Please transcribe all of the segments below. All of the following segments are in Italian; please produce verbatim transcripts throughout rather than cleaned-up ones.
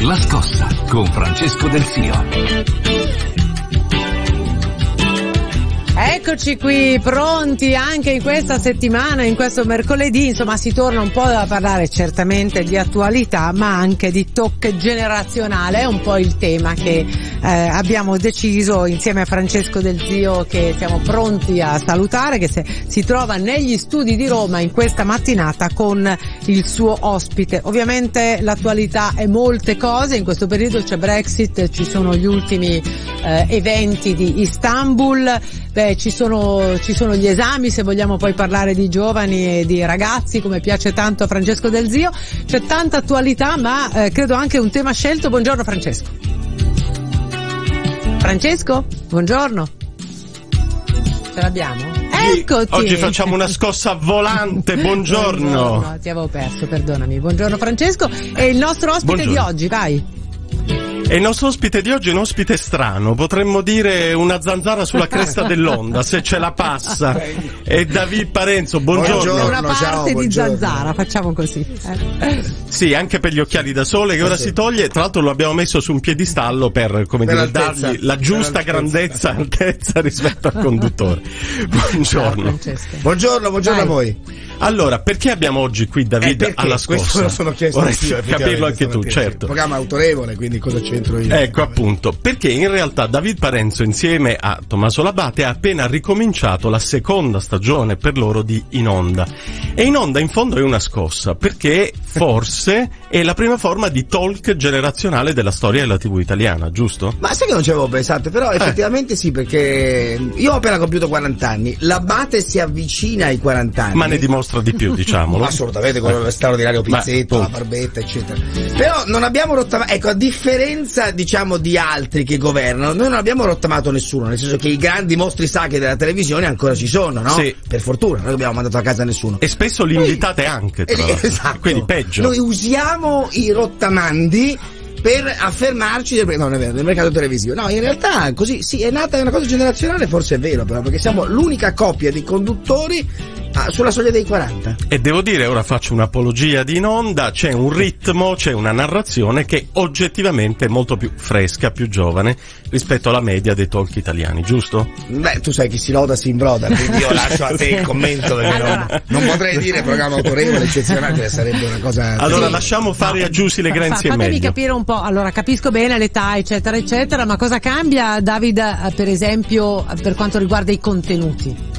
La Scossa con Francesco Del Zio. Eccoci qui, pronti anche in questa settimana, in questo mercoledì, insomma si torna un po' a parlare certamente di attualità, ma anche di tocco generazionale, è un po' il tema che eh, abbiamo deciso insieme a Francesco Del Zio, che siamo pronti a salutare, che se, si trova negli studi di Roma in questa mattinata con il suo ospite. Ovviamente l'attualità è molte cose, in questo periodo c'è Brexit, ci sono gli ultimi eh, eventi di Istanbul. Beh, ci sono, ci sono gli esami, se vogliamo poi parlare di giovani e di ragazzi, come piace tanto a Francesco Del Zio. C'è tanta attualità, ma eh, credo anche un tema scelto. Buongiorno Francesco. Francesco, buongiorno. Ce l'abbiamo? Eccoti. Oggi facciamo una scossa volante, buongiorno. Buongiorno, ti avevo perso, perdonami. Buongiorno Francesco. E il nostro ospite buongiorno. Di oggi, vai. E il nostro ospite di oggi è un ospite strano, potremmo dire una zanzara sulla cresta dell'onda, se ce la passa. È David Parenzo, buongiorno. Buongiorno, una parte ciao, di buongiorno. Zanzara, facciamo così. Eh. Sì, anche per gli occhiali da sole che ora sì. si toglie, tra l'altro lo abbiamo messo su un piedistallo per, come per dire, altezza. Dargli la giusta grandezza, altezza rispetto al conduttore. Buongiorno. Ciao, buongiorno, buongiorno Vai. a voi. Allora, perché abbiamo oggi qui David eh alla scossa? Questo lo sono chiesto anch'io, capirlo anche tu, certo. Un programma autorevole, quindi cosa c'entro io? Ecco appunto, perché in realtà David Parenzo insieme a Tommaso Labate ha appena ricominciato la seconda stagione per loro di In Onda. E In Onda in fondo è una scossa, perché forse è la prima forma di talk generazionale della storia della tivù italiana, giusto? Ma sai che non ci avevo pensato, però effettivamente eh. sì, perché io ho appena compiuto quaranta anni, Labate si avvicina ai quaranta anni. Ma ne dimostra di più, diciamolo. Assolutamente, con lo straordinario pizzetto, ma, la barbetta, eccetera. Però non abbiamo rottamato, ecco, a differenza, diciamo, di altri che governano, noi non abbiamo rottamato nessuno, nel senso che i grandi mostri sacri della televisione ancora ci sono, no? Sì. Per fortuna, noi non abbiamo mandato a casa nessuno. E spesso li invitate noi, anche, tra l'altro. Esatto. Quindi peggio. Noi usiamo i rottamandi per affermarci del, no, non è vero, del mercato televisivo. No, in realtà così, sì, è nata una cosa generazionale, forse è vero, però, perché siamo l'unica coppia di conduttori Ah, sulla soglia dei quaranta. E devo dire, ora faccio un'apologia di In Onda, c'è un ritmo, c'è una narrazione che oggettivamente è molto più fresca, più giovane rispetto alla media dei talk italiani, giusto? Beh, tu sai chi si loda si imbroda, quindi io lascio a te il commento, perché non, non potrei dire programma autorevole, eccezionale, sarebbe una cosa... Allora sì. lasciamo fare no. a Giussi le Grenzi Fa, e meglio. Fatemi capire un po', allora capisco bene l'età, eccetera, eccetera, ma cosa cambia, David, per esempio, per quanto riguarda i contenuti?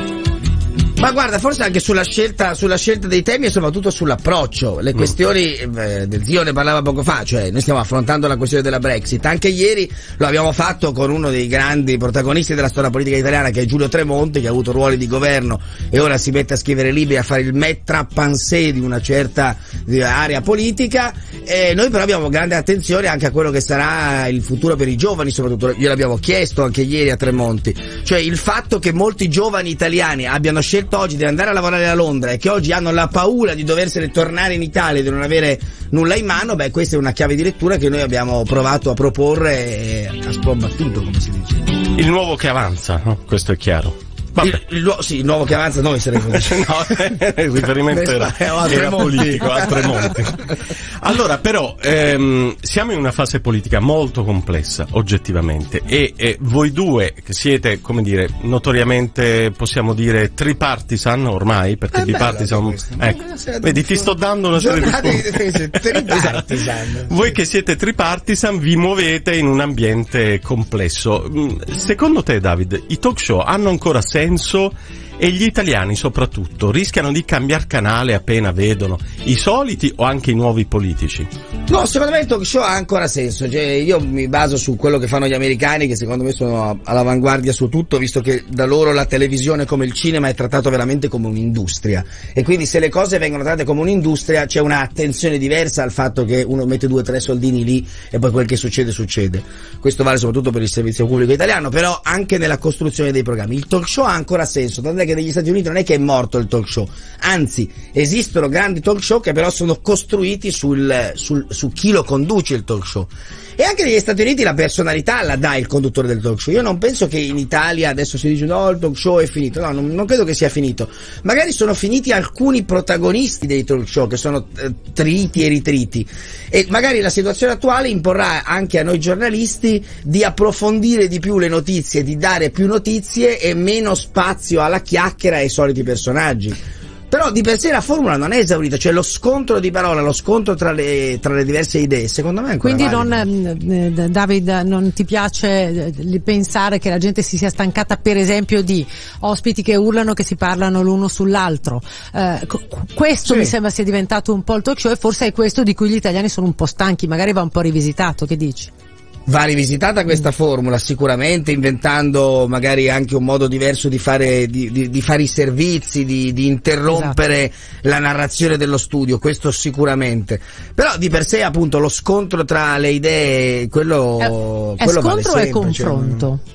Ma guarda, forse anche sulla scelta, sulla scelta dei temi e soprattutto sull'approccio. Le questioni, eh, Del Zio ne parlava poco fa, cioè noi stiamo affrontando la questione della Brexit. Anche ieri lo abbiamo fatto con uno dei grandi protagonisti della storia politica italiana, che è Giulio Tremonti, che ha avuto ruoli di governo e ora si mette a scrivere libri, a fare il maître à penser di una certa area politica. E noi però abbiamo grande attenzione anche a quello che sarà il futuro per i giovani, soprattutto gliel'abbiamo chiesto anche ieri a Tremonti. Cioè il fatto che molti giovani italiani abbiano scelto oggi di andare a lavorare a Londra e che oggi hanno la paura di doversene tornare in Italia e di non avere nulla in mano, beh, questa è una chiave di lettura che noi abbiamo provato a proporre e a sprombattuto, come si dice. Il nuovo che avanza, no? Questo è chiaro. Il, il, sì, il nuovo che avanza noi saremo no, il riferimento era, era politico, a Tremonti. Allora, però, ehm, siamo in una fase politica molto complessa, oggettivamente, e, e voi due, che siete, come dire, notoriamente, possiamo dire, tripartisan ormai, perché bipartisan, ecco, vedi, ti sto dando una serie di tripartisan. Voi che siete tripartisan vi muovete in un ambiente complesso. Secondo te, David, i talk show hanno ancora senso? E gli italiani soprattutto rischiano di cambiare canale appena vedono i soliti o anche i nuovi politici? No, secondo me il talk show ha ancora senso, cioè, io mi baso su quello che fanno gli americani, che secondo me sono all'avanguardia su tutto, visto che da loro la televisione come il cinema è trattato veramente come un'industria, e quindi se le cose vengono trattate come un'industria c'è un'attenzione diversa al fatto che uno mette due o tre soldini lì e poi quel che succede succede. Questo vale soprattutto per il servizio pubblico italiano, però anche nella costruzione dei programmi il talk show ha ancora senso, tant'è che che negli Stati Uniti non è che è morto il talk show, anzi esistono grandi talk show che però sono costruiti sul, sul, su chi lo conduce il talk show. E anche negli Stati Uniti la personalità la dà il conduttore del talk show. Io non penso che in Italia adesso si dice no, il talk show è finito. No, non, non credo che sia finito. Magari sono finiti alcuni protagonisti dei talk show che sono eh, triti e ritriti. E magari la situazione attuale imporrà anche a noi giornalisti di approfondire di più le notizie, di dare più notizie e meno spazio alla chiacchiera e ai soliti personaggi. Però di per sé la formula non è esaurita, cioè lo scontro di parola, lo scontro tra le, tra le diverse idee, secondo me è ancora Quindi valido. non, eh, David, non ti piace eh, pensare che la gente si sia stancata per esempio di ospiti che urlano, che si parlano l'uno sull'altro? Eh, questo sì. mi sembra sia diventato un po' il talk show e forse è questo di cui gli italiani sono un po' stanchi, magari va un po' rivisitato, che dici? Va rivisitata questa formula sicuramente, inventando magari anche un modo diverso di fare, di, di, di fare i servizi, di, di interrompere esatto. la narrazione dello studio, questo sicuramente. Però di per sé appunto lo scontro tra le idee, quello, è, quello è vale scontro sempre, o è confronto? Cioè,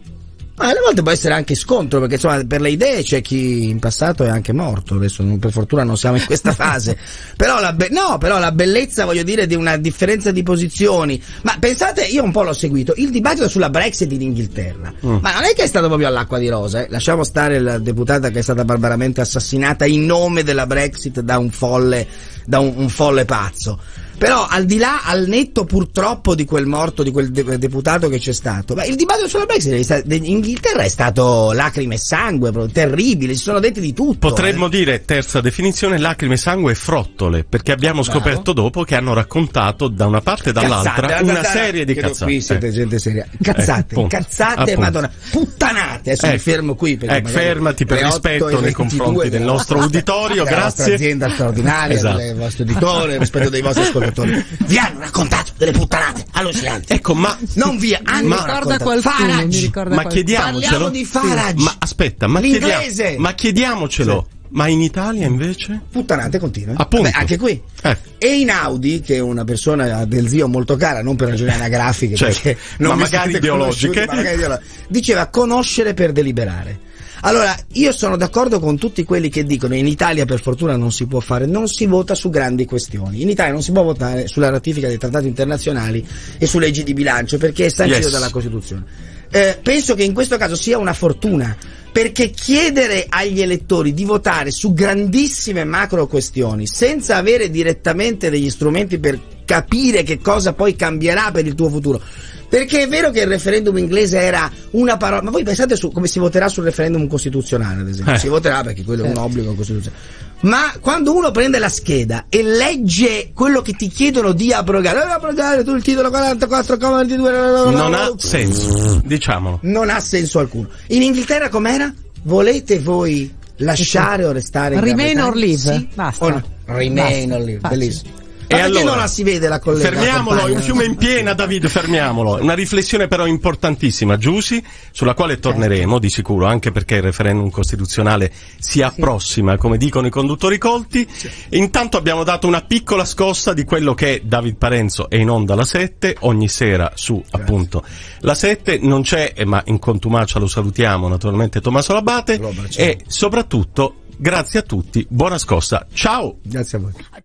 ma alle volte può essere anche scontro, perché insomma per le idee c'è chi in passato è anche morto, adesso per fortuna non siamo in questa fase, però la be- no, però la bellezza, voglio dire, di una differenza di posizioni. Ma pensate, io un po' l'ho seguito, il dibattito sulla Brexit in Inghilterra, mm. ma non è che è stato proprio all'acqua di rosa, eh? Lasciamo stare la deputata che è stata barbaramente assassinata in nome della Brexit da un folle, da un, un folle pazzo. Però al di là, al netto purtroppo di quel morto, di quel de- deputato che c'è stato, beh, il dibattito sulla Brexit in Inghilterra è stato lacrime e sangue, proprio terribile, si sono detti di tutto. Potremmo eh. dire, terza definizione, lacrime, sangue e frottole, perché abbiamo Bravo. scoperto dopo che hanno raccontato da una parte e dall'altra cazzate, una cazzate, serie di credo cazzate. Qui siete gente seria. Cazzate, eh, cazzate, appunto. madonna, puttanate, adesso eh, mi fermo qui perché eh, fermati per rispetto nei confronti del nostro uditorio, della grazie. nostra azienda straordinaria, Esatto. del vostro editore, rispetto dei vostri ascoltatori. Vi hanno raccontato delle puttanate allucinanti. Ecco, ma non vi hanno mi ricorda qualcuno, Farage. mi ricorda ma qualcuno. chiediamocelo. Parliamo di Farage. Ma aspetta, ma, L'inglese. chiediamo, ma chiediamocelo. Sì. Ma in Italia invece? Puttanate continue. Appunto. Vabbè, anche qui. Eh. Einaudi, che è una persona del zio molto cara, non per ragioni anagrafiche, certo. perché non ma mi magari siete ideologiche, ma magari ideologiche, diceva conoscere per deliberare. Allora, io sono d'accordo con tutti quelli che dicono in Italia per fortuna non si può fare, non si vota su grandi questioni. In Italia non si può votare sulla ratifica dei trattati internazionali e su leggi di bilancio perché è sancito yes. dalla Costituzione. Eh, penso che in questo caso sia una fortuna, perché chiedere agli elettori di votare su grandissime macro questioni senza avere direttamente degli strumenti per capire che cosa poi cambierà per il tuo futuro. Perché è vero che il referendum inglese era una parola, ma voi pensate su come si voterà sul referendum costituzionale, ad esempio? Eh. Si voterà perché quello è un obbligo costituzionale. Ma quando uno prende la scheda e legge quello che ti chiedono di abrogare, eh, abrogare tu il titolo quarantaquattro, ventidue, non ha senso, diciamolo. Non ha senso alcuno. In Inghilterra com'era? Volete voi lasciare o restare in Remain Gran or Bretagna? leave? Sì. Basta. O no? Remain Basta. or leave, Facile. bellissimo. E Ma perché allora, non la si vede la collega? fermiamolo, compagna? è un fiume in piena, David, fermiamolo. Una riflessione però importantissima, Giusy, sulla quale torneremo di sicuro, anche perché il referendum costituzionale si approssima, come dicono i conduttori colti. Sì. Intanto abbiamo dato una piccola scossa di quello che David Parenzo è in onda alla sette, ogni sera su, grazie. Appunto, la sette. Non c'è, ma in contumacia lo salutiamo, naturalmente, Tommaso Labate. E soprattutto, grazie a tutti, buona scossa, ciao! Grazie a voi.